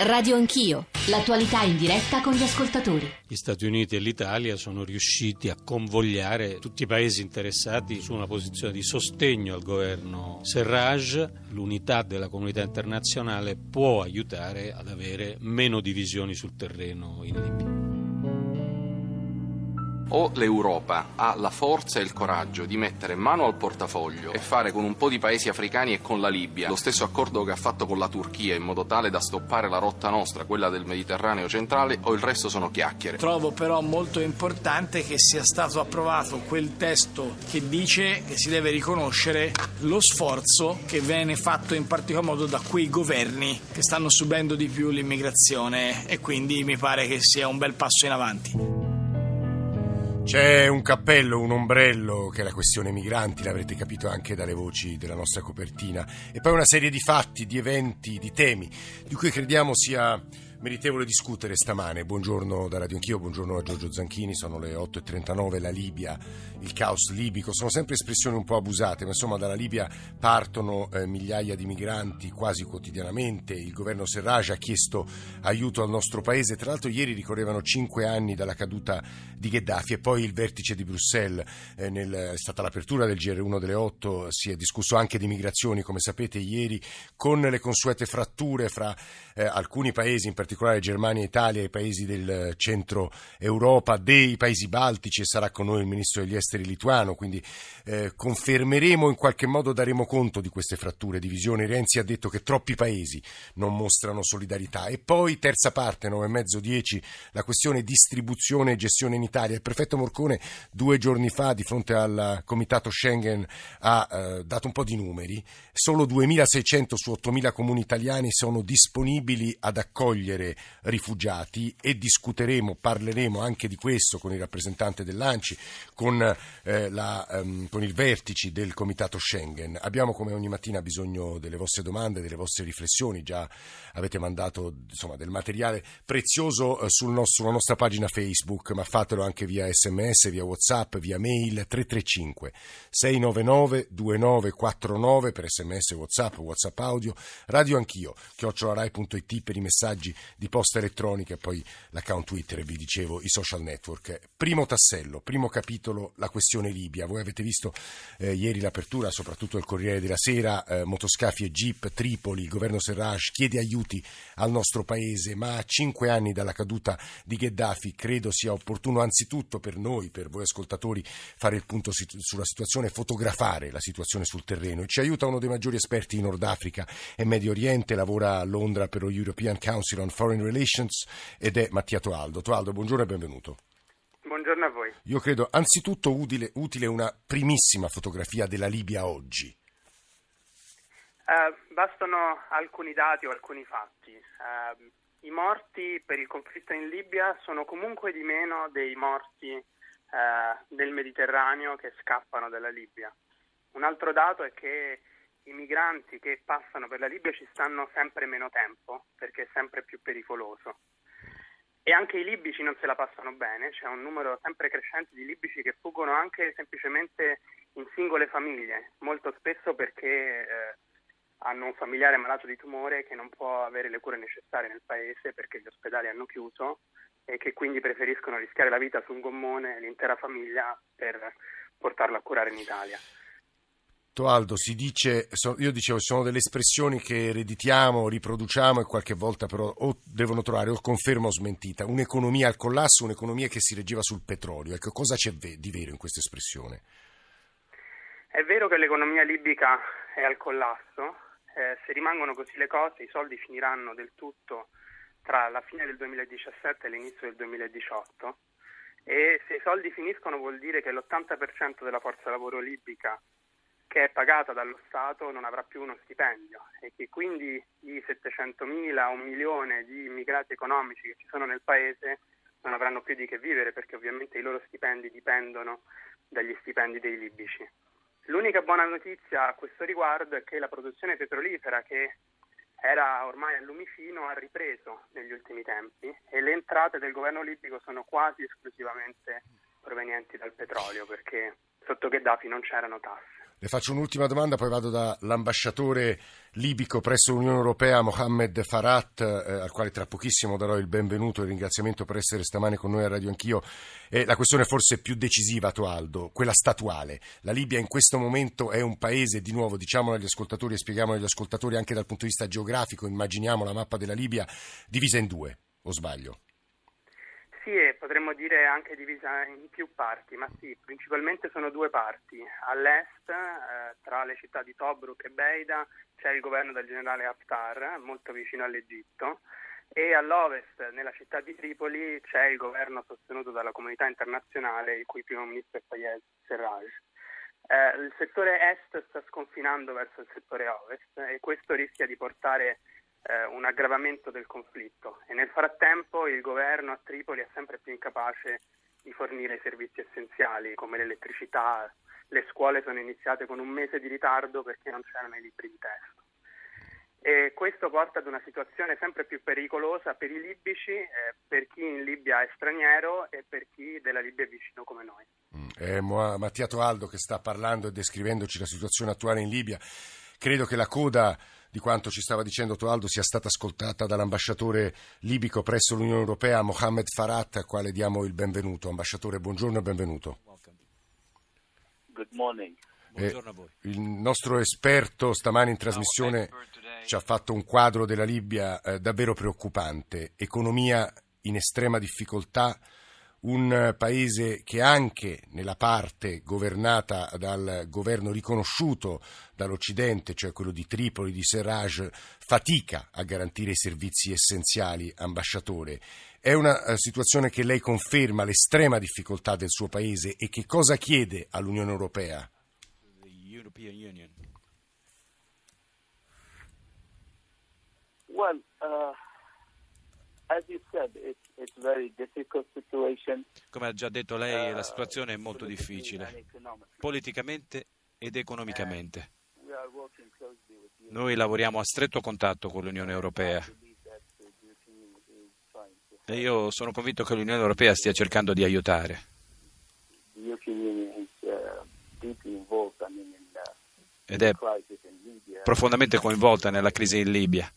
Radio Anch'io, l'attualità in diretta con gli ascoltatori. Gli Stati Uniti e l'Italia sono riusciti a convogliare tutti i paesi interessati su una posizione di sostegno al governo Serraj. L'unità della comunità internazionale può aiutare ad avere meno divisioni sul terreno in Libia. O l'Europa ha la forza e il coraggio di mettere mano al portafoglio e fare con un po' di paesi africani e con la Libia lo stesso accordo che ha fatto con la Turchia in modo tale da stoppare la rotta nostra, quella del Mediterraneo centrale, o il resto sono chiacchiere. Trovo però molto importante che sia stato approvato quel testo che dice che si deve riconoscere lo sforzo che viene fatto in particolar modo da quei governi che stanno subendo di più l'immigrazione, e quindi mi pare che sia un bel passo in avanti. C'è un cappello, un ombrello, che è la questione migranti, l'avrete capito anche dalle voci della nostra copertina, e poi una serie di fatti, di eventi, di temi di cui crediamo sia meritevole discutere stamane. Buongiorno da Radio Anch'io, buongiorno a Giorgio Zanchini. Sono le 8.39, la Libia, il caos libico, sono sempre espressioni un po' abusate, ma insomma dalla Libia partono migliaia di migranti quasi quotidianamente. Il governo Serraj ha chiesto aiuto al nostro paese, tra l'altro ieri ricorrevano 5 anni dalla caduta di Gheddafi, e poi il vertice di Bruxelles, è stata l'apertura del GR1 delle 8, si è discusso anche di migrazioni, come sapete, ieri, con le consuete fratture fra alcuni paesi, in particolare Germania e Italia, e i paesi del centro Europa, dei paesi baltici, e sarà con noi il ministro degli esteri lituano, quindi confermeremo, in qualche modo daremo conto di queste fratture, divisioni. Renzi ha detto che troppi paesi non mostrano solidarietà. E poi terza parte, 9:30-10, la questione distribuzione e gestione in Italia. Il prefetto Morcone 2 giorni fa di fronte al comitato Schengen ha dato un po' di numeri. Solo 2.600 su 8.000 comuni italiani sono disponibili ad accogliere rifugiati, e parleremo anche di questo con il rappresentante dell'ANCI, con i vertici del comitato Schengen. Abbiamo, come ogni mattina, bisogno delle vostre domande, delle vostre riflessioni. Già avete mandato del materiale prezioso sulla nostra pagina Facebook, ma fatelo anche via SMS, via WhatsApp, via mail. 335 699 2949 per SMS, WhatsApp audio. Radio Anch'io @rai.it per i messaggi di posta elettronica, e poi l'account Twitter, e vi dicevo i social network. Primo tassello, primo capitolo, la questione Libia. Voi avete visto ieri l'apertura, soprattutto il Corriere della Sera, motoscafi e jeep, Tripoli, il governo Serraj chiede aiuti al nostro paese, ma a 5 anni dalla caduta di Gheddafi credo sia opportuno anzitutto per noi, per voi ascoltatori, fare il punto sulla situazione, fotografare la situazione sul terreno, e ci aiuta uno dei maggiori esperti in Nord Africa e Medio Oriente, lavora a Londra per lo European Council on Foreign Relations, ed è Mattia Toaldo. Toaldo, buongiorno e benvenuto. Buongiorno a voi. Io credo anzitutto utile una primissima fotografia della Libia oggi. Bastano alcuni dati o alcuni fatti. I morti per il conflitto in Libia sono comunque di meno dei morti del Mediterraneo che scappano dalla Libia. Un altro dato è che i migranti che passano per la Libia ci stanno sempre meno tempo, perché è sempre più pericoloso. E anche i libici non se la passano bene, c'è un numero sempre crescente di libici che fuggono anche semplicemente in singole famiglie, molto spesso perché hanno un familiare malato di tumore che non può avere le cure necessarie nel paese perché gli ospedali hanno chiuso, e che quindi preferiscono rischiare la vita su un gommone l'intera famiglia per portarlo a curare in Italia. Toaldo, io dicevo, sono delle espressioni che ereditiamo, riproduciamo, e qualche volta però o devono trovare o conferma o smentita. Un'economia al collasso, un'economia che si reggeva sul petrolio. Ecco, cosa c'è di vero in questa espressione? È vero che l'economia libica è al collasso. Se rimangono così le cose, i soldi finiranno del tutto tra la fine del 2017 e l'inizio del 2018, e se i soldi finiscono vuol dire che l'80% della forza lavoro libica che è pagata dallo Stato non avrà più uno stipendio, e che quindi i 700.000 o 1 milione di immigrati economici che ci sono nel paese non avranno più di che vivere, perché ovviamente i loro stipendi dipendono dagli stipendi dei libici. L'unica buona notizia a questo riguardo è che la produzione petrolifera, che era ormai al lumifino, ha ripreso negli ultimi tempi, e le entrate del governo libico sono quasi esclusivamente provenienti dal petrolio, perché sotto Gheddafi non c'erano tasse. Le faccio un'ultima domanda, poi vado dall'ambasciatore libico presso l'Unione Europea, Mohammed Farat, al quale tra pochissimo darò il benvenuto e il ringraziamento per essere stamane con noi a Radio Anch'io. La questione forse più decisiva, Toaldo, quella statuale. La Libia in questo momento è un paese, di nuovo, diciamolo agli ascoltatori e spieghiamolo agli ascoltatori anche dal punto di vista geografico, immaginiamo la mappa della Libia divisa in due, o sbaglio? Sì, e potremmo dire anche divisa in più parti, ma sì, principalmente sono due parti. All'est, tra le città di Tobruk e Beida, c'è il governo del generale Haftar, molto vicino all'Egitto, e all'ovest, nella città di Tripoli, c'è il governo sostenuto dalla comunità internazionale, il cui primo ministro è Fayez Sarraj. Il settore est sta sconfinando verso il settore ovest e questo rischia di portare un aggravamento del conflitto e nel frattempo il governo a Tripoli è sempre più incapace di fornire i servizi essenziali come l'elettricità. Le scuole sono iniziate con un mese di ritardo perché non c'erano i libri di testo e questo porta ad una situazione sempre più pericolosa per i libici, per chi in Libia è straniero e per chi della Libia è vicino come noi. Mattia Toaldo che sta parlando e descrivendoci la situazione attuale in Libia. Credo che la coda di quanto ci stava dicendo Toaldo sia stata ascoltata dall'ambasciatore libico presso l'Unione Europea, Mohammed Farat, al quale diamo il benvenuto. Ambasciatore, buongiorno e benvenuto. Good morning. Buongiorno a voi. Il nostro esperto stamani in trasmissione ci ha fatto un quadro della Libia davvero preoccupante. Economia in estrema difficoltà, un paese che anche nella parte governata dal governo riconosciuto dall'Occidente, cioè quello di Tripoli, di Sarraj, fatica a garantire i servizi essenziali, ambasciatore. È una situazione che lei conferma l'estrema difficoltà del suo paese e che cosa chiede all'Unione Europea? Well, as you said, it's a very difficult situation. Come ha già detto lei, la situazione è molto difficile, politicamente ed economicamente. Noi lavoriamo a stretto contatto con l'Unione Europea e io sono convinto che l'Unione Europea stia cercando di aiutare. Ed è profondamente coinvolta nella crisi in Libia.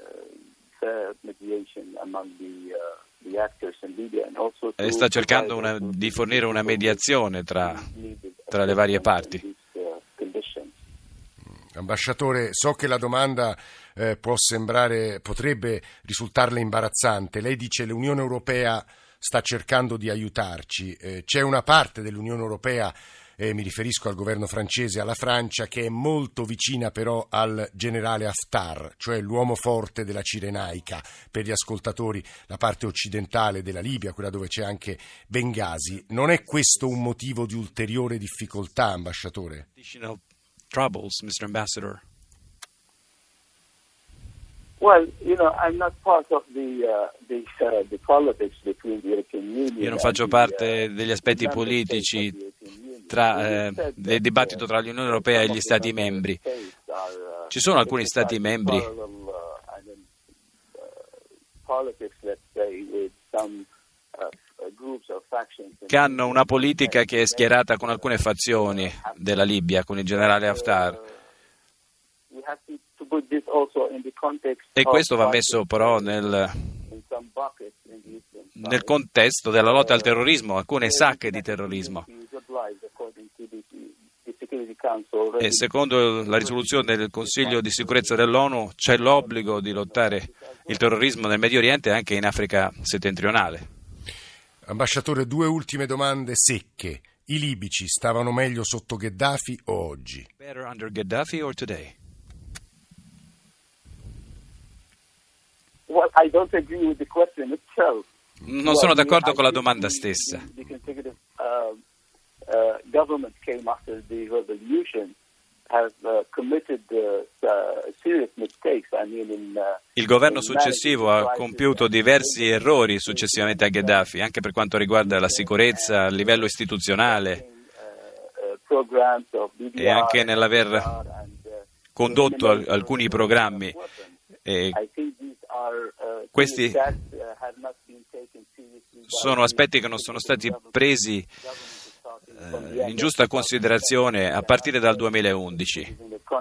E sta cercando di fornire una mediazione tra le varie parti. Ambasciatore, so che la domanda potrebbe risultarle imbarazzante. Lei dice che l'Unione Europea sta cercando di aiutarci. C'è una parte dell'Unione Europea, mi riferisco al governo francese, alla Francia, che è molto vicina però al generale Haftar, cioè l'uomo forte della Cirenaica. Per gli ascoltatori, la parte occidentale della Libia, quella dove c'è anche Bengasi. Non è questo un motivo di ulteriore difficoltà, ambasciatore? Additional troubles, Mr. Ambassador. Well, I'm not part of the politics between the European Union. Io non faccio parte degli aspetti politici del dibattito tra l'Unione Europea e gli Stati membri. Ci sono alcuni Stati membri che hanno una politica che è schierata con alcune fazioni della Libia, con il generale Haftar. E questo va messo però nel contesto della lotta al terrorismo, alcune sacche di terrorismo. E secondo la risoluzione del Consiglio di sicurezza dell'ONU c'è l'obbligo di lottare il terrorismo nel Medio Oriente e anche in Africa settentrionale. Ambasciatore, due ultime domande secche. I libici stavano meglio sotto Gheddafi o oggi? Better under Gheddafi or today? Well, I don't agree with the question itself. Non sono d'accordo con la domanda stessa. The consecutive government came after the revolution have committed serious mistakes. Il governo successivo ha compiuto diversi errori successivamente a Gheddafi, anche per quanto riguarda la sicurezza a livello istituzionale e anche nell'aver condotto alcuni programmi. E questi sono aspetti che non sono stati presi ingiusta considerazione a partire dal 2011.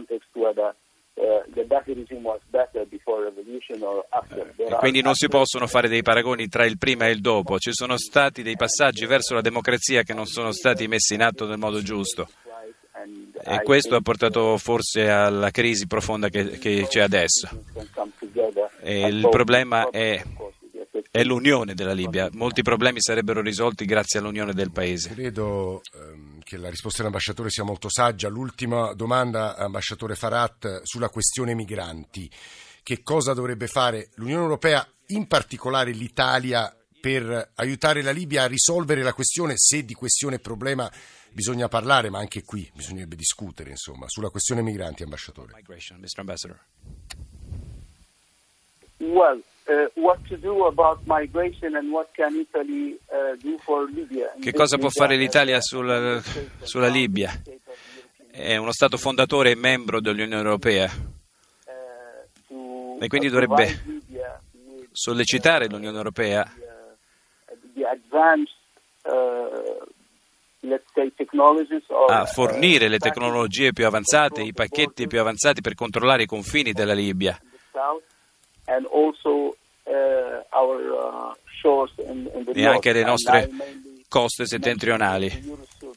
Quindi non si possono fare dei paragoni tra il prima e il dopo. Ci sono stati dei passaggi verso la democrazia che non sono stati messi in atto nel modo giusto. E questo ha portato forse alla crisi profonda che c'è adesso. E il problema è l'unione della Libia. Molti problemi sarebbero risolti grazie all'unione del paese. Credo che la risposta dell'ambasciatore sia molto saggia. L'ultima domanda, ambasciatore Farat, sulla questione migranti. Che cosa dovrebbe fare l'Unione Europea, in particolare l'Italia, per aiutare la Libia a risolvere la questione, se di questione e problema bisogna parlare, ma anche qui bisognerebbe discutere, insomma, sulla questione migranti, ambasciatore. Well, what to do about migration and what can Italy do for Libya? Che cosa può fare l'Italia sulla Libia? È uno Stato fondatore e membro dell'Unione Europea e quindi dovrebbe sollecitare l'Unione Europea a fornire le tecnologie più avanzate, i pacchetti più avanzati per controllare i confini della Libia e anche le nostre coste settentrionali.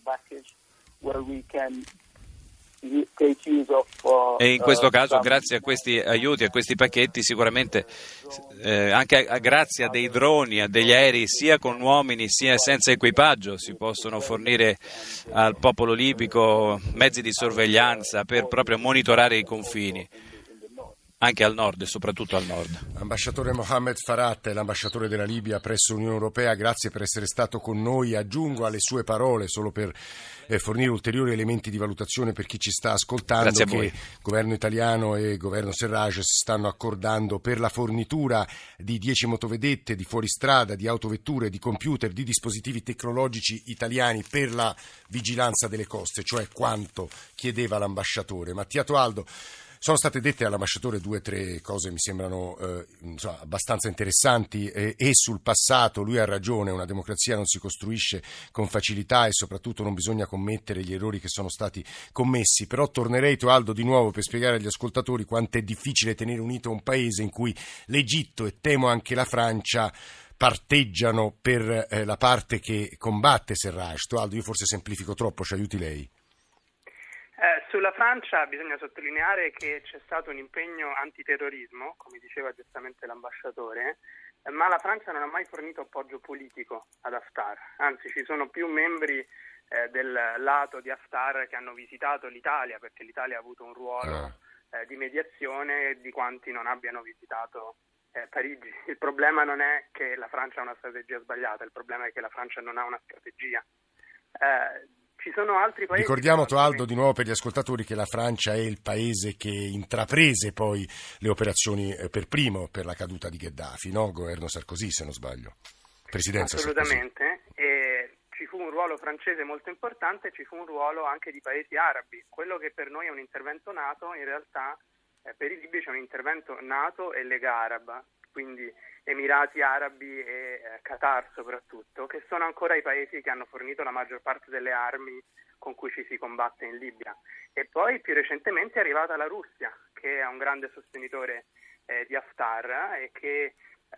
E in questo caso, grazie a questi aiuti, a questi pacchetti, sicuramente anche grazie a dei droni, a degli aerei sia con uomini sia senza equipaggio, si possono fornire al popolo libico mezzi di sorveglianza per proprio monitorare i confini, anche al nord e soprattutto al nord. Ambasciatore Mohammed Farat, l'ambasciatore della Libia presso l'Unione Europea, grazie per essere stato con noi. Aggiungo alle sue parole, solo per fornire ulteriori elementi di valutazione per chi ci sta ascoltando, che il governo italiano e il governo Serraj si stanno accordando per la fornitura di 10 motovedette, di fuoristrada, di autovetture, di computer, di dispositivi tecnologici italiani per la vigilanza delle coste, cioè quanto chiedeva l'ambasciatore. Mattia Toaldo, sono state dette all'ambasciatore 2 o 3 cose mi sembrano abbastanza interessanti e sul passato lui ha ragione, una democrazia non si costruisce con facilità e soprattutto non bisogna commettere gli errori che sono stati commessi, però tornerei Toaldo di nuovo per spiegare agli ascoltatori quanto è difficile tenere unito un paese in cui l'Egitto e temo anche la Francia parteggiano per la parte che combatte Serraj. Toaldo, io forse semplifico troppo, ci aiuti lei? Sulla Francia bisogna sottolineare che c'è stato un impegno antiterrorismo, come diceva giustamente l'ambasciatore, ma la Francia non ha mai fornito appoggio politico ad Haftar, anzi ci sono più membri del lato di Haftar che hanno visitato l'Italia, perché l'Italia ha avuto un ruolo di mediazione di quanti non abbiano visitato Parigi. Il problema non è che la Francia ha una strategia sbagliata, il problema è che la Francia non ha una strategia. Ci sono altri paesi. Ricordiamo, Toaldo, di nuovo per gli ascoltatori, che la Francia è il paese che intraprese poi le operazioni per primo per la caduta di Gheddafi, no? Governo Sarkozy, se non sbaglio. Presidenza Assolutamente. E ci fu un ruolo francese molto importante e ci fu un ruolo anche di paesi arabi. Quello che per noi è un intervento NATO, in realtà per i libi c'è un intervento NATO e Lega Araba, quindi Emirati Arabi e Qatar soprattutto, che sono ancora i paesi che hanno fornito la maggior parte delle armi con cui ci si combatte in Libia. E poi più recentemente è arrivata la Russia, che è un grande sostenitore di Haftar e che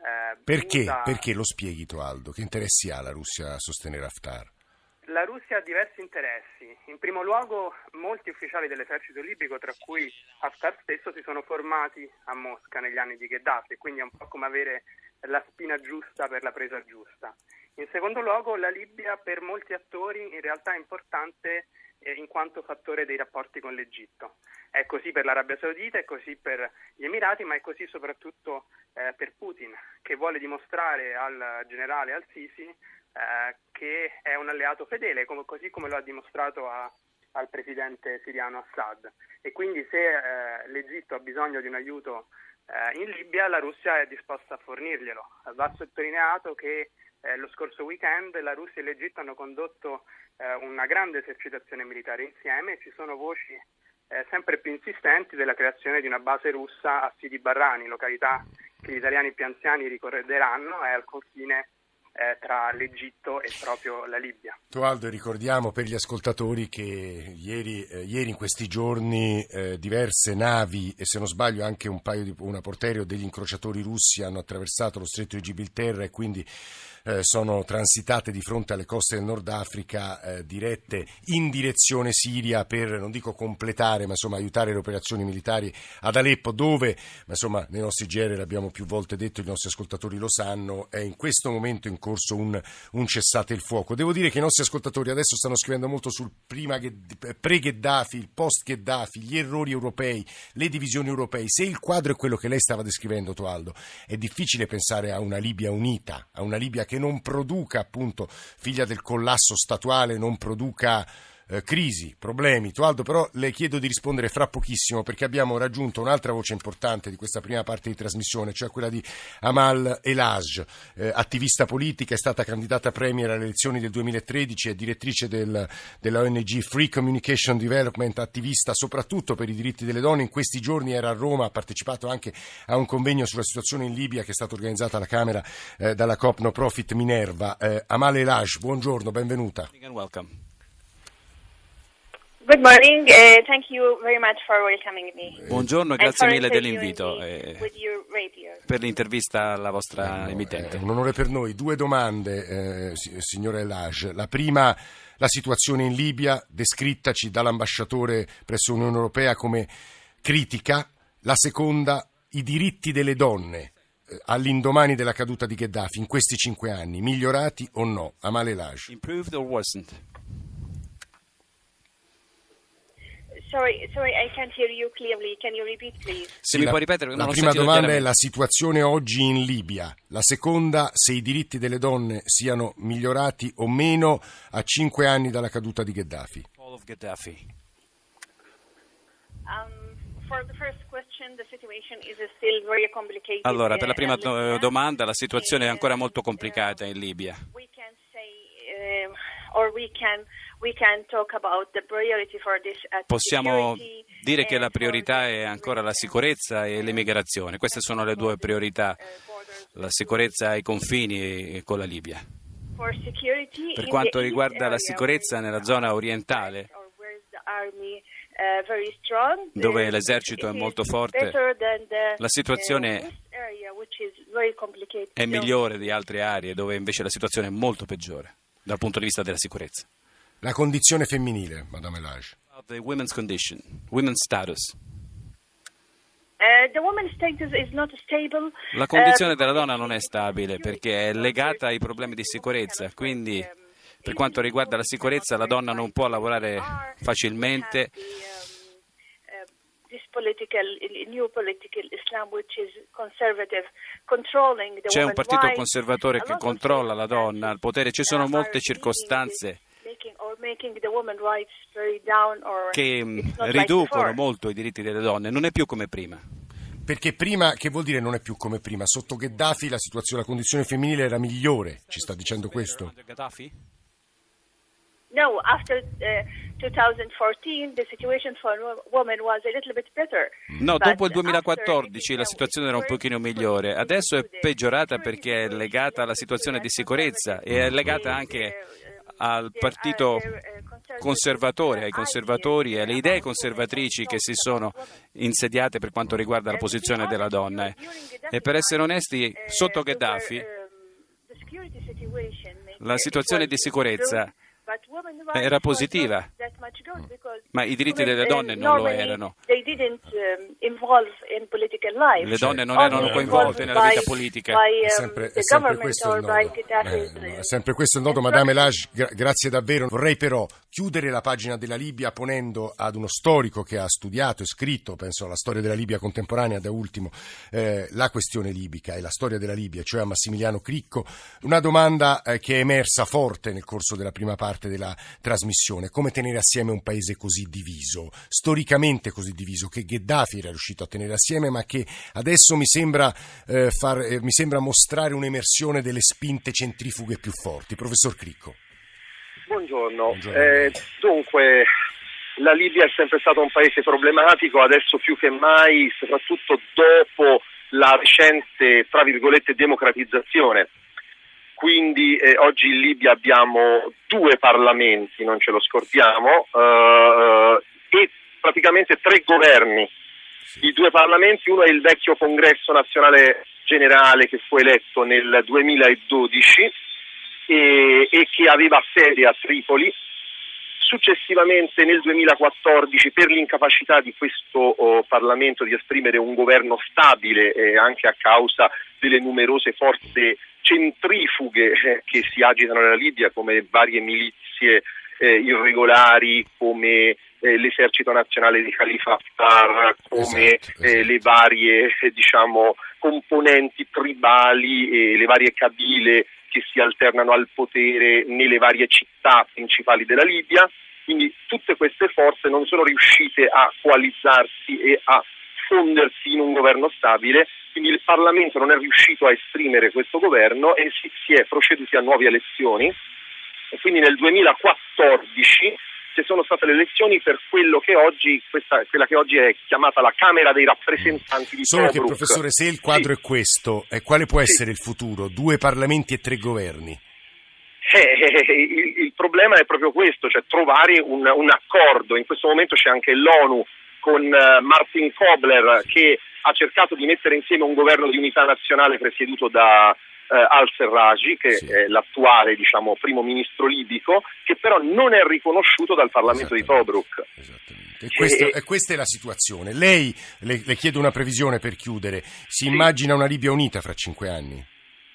Perché lo spieghi, Toaldo? Che interessi ha la Russia a sostenere Haftar? La Russia ha diversi interessi. In primo luogo, molti ufficiali dell'esercito libico, tra cui Haftar stesso, si sono formati a Mosca negli anni di Gheddafi, quindi è un po' come avere la spina giusta per la presa giusta. In secondo luogo, la Libia per molti attori in realtà è importante in quanto fattore dei rapporti con l'Egitto. È così per l'Arabia Saudita, è così per gli Emirati, ma è così soprattutto per Putin, che vuole dimostrare al generale al-Sisi che è un alleato fedele, così come lo ha dimostrato al presidente siriano Assad. E quindi se l'Egitto ha bisogno di un aiuto in Libia, la Russia è disposta a fornirglielo. Va sottolineato che lo scorso weekend la Russia e l'Egitto hanno condotto una grande esercitazione militare insieme e ci sono voci sempre più insistenti della creazione di una base russa a Sidi Barrani, località che gli italiani più anziani ricorderanno, è al confine tra l'Egitto e proprio la Libia. Toaldo, ricordiamo per gli ascoltatori che ieri in questi giorni diverse navi e, se non sbaglio, anche una portaereo degli incrociatori russi hanno attraversato lo stretto di Gibilterra e quindi sono transitate di fronte alle coste del Nord Africa, dirette in direzione Siria per, non dico completare, ma insomma aiutare le operazioni militari ad Aleppo, dove, ma insomma nei nostri GR l'abbiamo più volte detto, i nostri ascoltatori lo sanno, è in questo momento in corso un cessate il fuoco. Devo dire che i nostri ascoltatori adesso stanno scrivendo molto sul pre-Gheddafi, il post-Gheddafi, gli errori europei, le divisioni europee. Se il quadro è quello che lei stava descrivendo, Toaldo, è difficile pensare a una Libia unita, a una Libia che non produca, appunto, figlia del collasso statuale, non produca crisi, problemi. Toaldo, però le chiedo di rispondere fra pochissimo, perché abbiamo raggiunto un'altra voce importante di questa prima parte di trasmissione, cioè quella di Amal Elhaj, attivista politica, è stata candidata premier alle elezioni del 2013, è direttrice della ONG Free Communication Development, attivista soprattutto per i diritti delle donne. In questi giorni era a Roma, ha partecipato anche a un convegno sulla situazione in Libia che è stato organizzato alla Camera dalla coop no profit Minerva. Amal Elhaj, buongiorno, benvenuta. Welcome. Good morning, thank you very much for welcoming me. Buongiorno e grazie mille dell'invito per l'intervista alla vostra emittente. È un onore per noi. Due domande, signora Elhaj. La prima, la situazione in Libia, descrittaci dall'ambasciatore presso l'Unione Europea come critica. La seconda, i diritti delle donne all'indomani della caduta di Gheddafi in questi 5 anni, migliorati o no? Amal Elhaj. Improved or worsened? Sorry, I can't hear you clearly. Can you repeat, please? Se mi può ripetere? La prima domanda è la situazione oggi in Libia. La seconda, se i diritti delle donne siano migliorati o meno a 5 anni dalla caduta di Gheddafi. Allora, per la prima domanda, la situazione è ancora molto complicata in Libia. Possiamo dire che la priorità è ancora la sicurezza e l'immigrazione. Queste sono le due priorità, la sicurezza ai confini con la Libia. Per quanto riguarda la sicurezza nella zona orientale, dove l'esercito è molto forte, la situazione è migliore di altre aree dove invece la situazione è molto peggiore dal punto di vista della sicurezza. La condizione femminile, Madame Elhaj. The women's condition, women's status. La condizione della donna non è stabile perché è legata ai problemi di sicurezza, quindi per quanto riguarda la sicurezza la donna non può lavorare facilmente. C'è un partito conservatore che controlla la donna al potere, ci sono molte circostanze che riducono molto i diritti delle donne, non è più come prima. Perché prima, che vuol dire non è più come prima? Sotto Gheddafi la condizione femminile era migliore, ci sta dicendo questo? No, after 2014 the situation for women was a little bit better. No, dopo il 2014 la situazione era un pochino migliore. Adesso è peggiorata perché è legata alla situazione di sicurezza e è legata anche al partito conservatore, ai conservatori e alle idee conservatrici che si sono insediate per quanto riguarda la posizione della donna. E per essere onesti, sotto Gheddafi la situazione di sicurezza era positiva, ma i diritti delle donne non lo erano. Le donne non erano coinvolte nella vita politica. È sempre questo il nodo. Madame Elhaj, grazie davvero. Vorrei però chiudere la pagina della Libia ponendo ad uno storico che ha studiato e scritto, penso alla storia della Libia contemporanea da ultimo, la questione libica e la storia della Libia, cioè a Massimiliano Cricco, una domanda che è emersa forte nel corso della prima parte della trasmissione: come tenere assieme un paese così diviso, storicamente così diviso, che Gheddafi era riuscito a tenere assieme, ma che adesso mi sembra mostrare un'emersione delle spinte centrifughe più forti. Professor Cricco. Buongiorno. Dunque, la Libia è sempre stato un paese problematico, adesso più che mai, soprattutto dopo la recente, tra virgolette, democratizzazione. quindi oggi in Libia abbiamo 2 parlamenti, non ce lo scordiamo, e praticamente 3 governi. I 2 parlamenti, uno è il vecchio Congresso Nazionale Generale che fu eletto nel 2012 e che aveva sede a Tripoli. Successivamente nel 2014, per l'incapacità di questo Parlamento di esprimere un governo stabile, anche a causa delle numerose forze centrifughe che si agitano nella Libia, come varie milizie irregolari, come l'esercito nazionale di Khalifa Haftar, come le varie componenti tribali e le varie kabile che si alternano al potere nelle varie città principali della Libia. Quindi tutte queste forze non sono riuscite a coalizzarsi e a fondersi in un governo stabile, quindi il Parlamento non è riuscito a esprimere questo governo e si è proceduti a nuove elezioni, e quindi nel 2014 ci sono state le elezioni per quello che oggi, quella che oggi è chiamata la Camera dei rappresentanti di Solo Tobruk. che, professore, se il quadro è questo, quale può essere il futuro? 2 parlamenti e 3 governi? Il problema è proprio questo, cioè trovare un accordo. In questo momento c'è anche l'ONU con Martin Kobler che ha cercato di mettere insieme un governo di unità nazionale presieduto da al-Serraj, che è l'attuale primo ministro libico, che però non è riconosciuto dal Parlamento di Tobruk. Esattamente. E questa è la situazione. Lei, le chiedo una previsione per chiudere, si immagina una Libia unita fra 5 anni?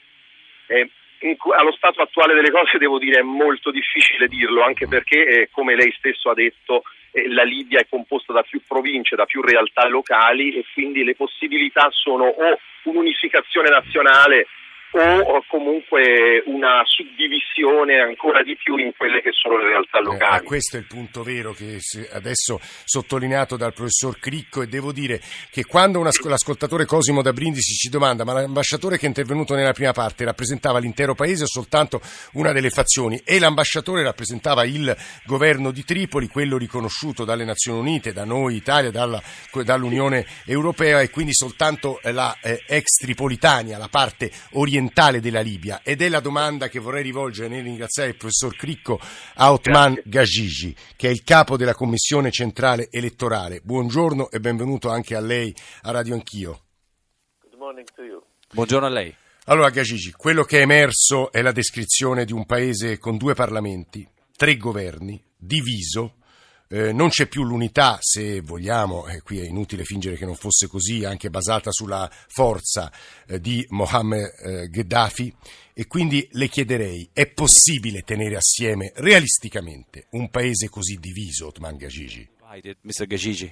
Allo stato attuale delle cose devo dire è molto difficile dirlo, anche perché come lei stesso ha detto la Libia è composta da più province, da più realtà locali, e quindi le possibilità sono o un'unificazione nazionale o comunque una suddivisione ancora di più in quelle che sono le realtà locali. Questo è il punto vero che adesso sottolineato dal professor Cricco, e devo dire che quando l'ascoltatore Cosimo da Brindisi ci domanda ma l'ambasciatore che è intervenuto nella prima parte rappresentava l'intero paese o soltanto una delle fazioni, e l'ambasciatore rappresentava il governo di Tripoli, quello riconosciuto dalle Nazioni Unite, da noi Italia, dall'Unione Europea, e quindi soltanto la ex Tripolitania, la parte orientale della Libia. Ed è la domanda che vorrei rivolgere nel ringraziare il professor Cricco a Othman Ghagigi, che è il capo della Commissione Centrale Elettorale. Buongiorno e benvenuto anche a lei a Radio Anch'io. Good morning to you. Buongiorno a lei. Allora Ghagigi, quello che è emerso è la descrizione di un paese con 2 parlamenti, 3 governi, diviso. Non c'è più l'unità, se vogliamo, qui è inutile fingere che non fosse così, anche basata sulla forza di Mohammed Gheddafi, e quindi le chiederei, è possibile tenere assieme realisticamente un paese così diviso, Othman Ghagigi? Mr. Ghagigi.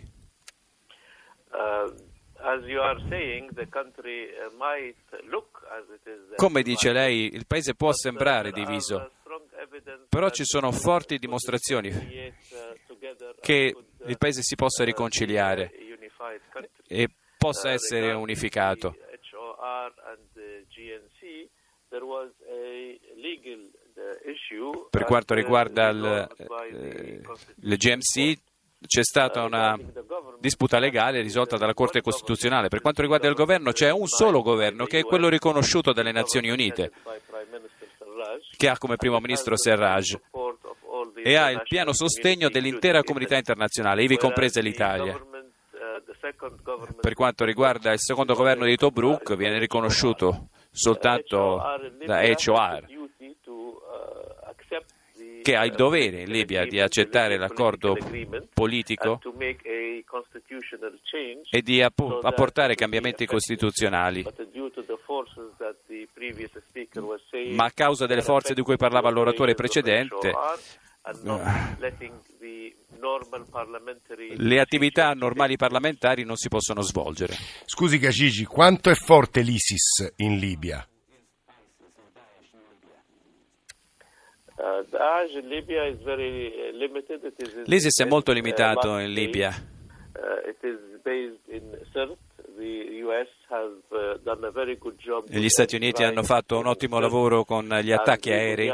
Come dice lei, il paese può sembrare diviso, però ci sono forti dimostrazioni che il paese si possa riconciliare e possa essere unificato. Per quanto riguarda le GMC, c'è stata una disputa legale risolta dalla Corte Costituzionale. Per quanto riguarda il governo, c'è un solo governo, che è quello riconosciuto dalle Nazioni Unite, che ha come primo ministro Serraj e ha il pieno sostegno dell'intera comunità internazionale, ivi compresa l'Italia. Per quanto riguarda il secondo governo di Tobruk, viene riconosciuto soltanto da HOR, che ha il dovere in Libia di accettare l'accordo politico e di apportare cambiamenti costituzionali. Ma a causa delle forze di cui parlava l'oratore precedente, le attività normali parlamentari non si possono svolgere. Scusi Ghagigi, quanto è forte l'ISIS in Libia? L'ISIS è molto limitato in Libia. Gli Stati Uniti hanno fatto un ottimo lavoro con gli attacchi aerei.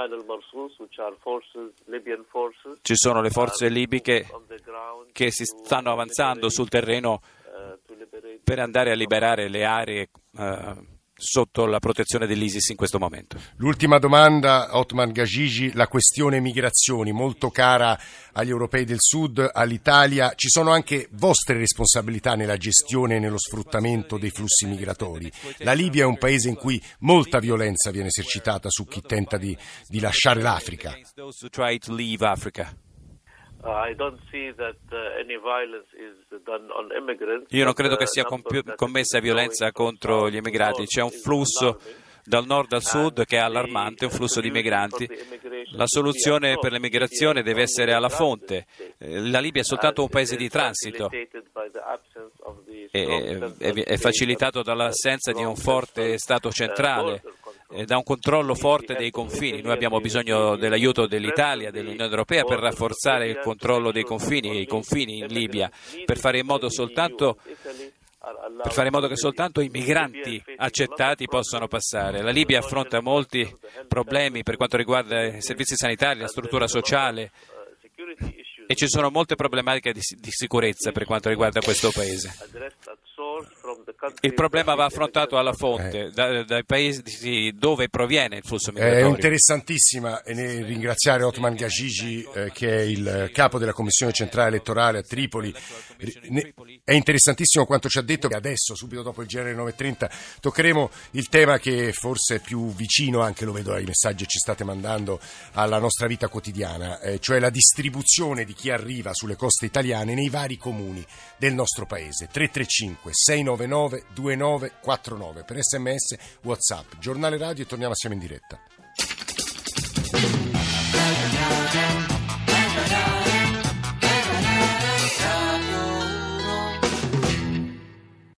Ci sono le forze libiche che si stanno avanzando sul terreno per andare a liberare le aree sotto la protezione dell'ISIS in questo momento. L'ultima domanda, Othman Ghashiqi, la questione migrazioni, molto cara agli europei del Sud, all'Italia. Ci sono anche vostre responsabilità nella gestione e nello sfruttamento dei flussi migratori. La Libia è un paese in cui molta violenza viene esercitata su chi tenta di lasciare l'Africa. Io non credo che sia commessa violenza contro gli immigrati. C'è un flusso dal nord al sud che è allarmante, un flusso di migranti. La soluzione per l'immigrazione deve essere alla fonte. La Libia è soltanto un paese di transito. È facilitato dall'assenza di un forte Stato centrale, da un controllo forte dei confini. Noi abbiamo bisogno dell'aiuto dell'Italia, dell'Unione Europea per rafforzare il controllo dei confini, i confini in Libia, per fare in modo che soltanto i migranti accettati possano passare. La Libia affronta molti problemi per quanto riguarda i servizi sanitari, la struttura sociale, e ci sono molte problematiche di sicurezza per quanto riguarda questo paese. Il problema va affrontato alla fonte, dai paesi dove proviene il flusso migratorio. È interessantissima, e nel ringraziare Othman Ghashiqi, che è il capo della Commissione Centrale Elettorale a Tripoli. È interessantissimo quanto ci ha detto, che adesso, subito dopo il GR 9:30, toccheremo il tema che forse è più vicino, anche lo vedo dai messaggi che ci state mandando, alla nostra vita quotidiana, cioè la distribuzione di chi arriva sulle coste italiane nei vari comuni del nostro paese. 335 699 2949 per SMS, WhatsApp, Giornale Radio, e torniamo assieme in diretta.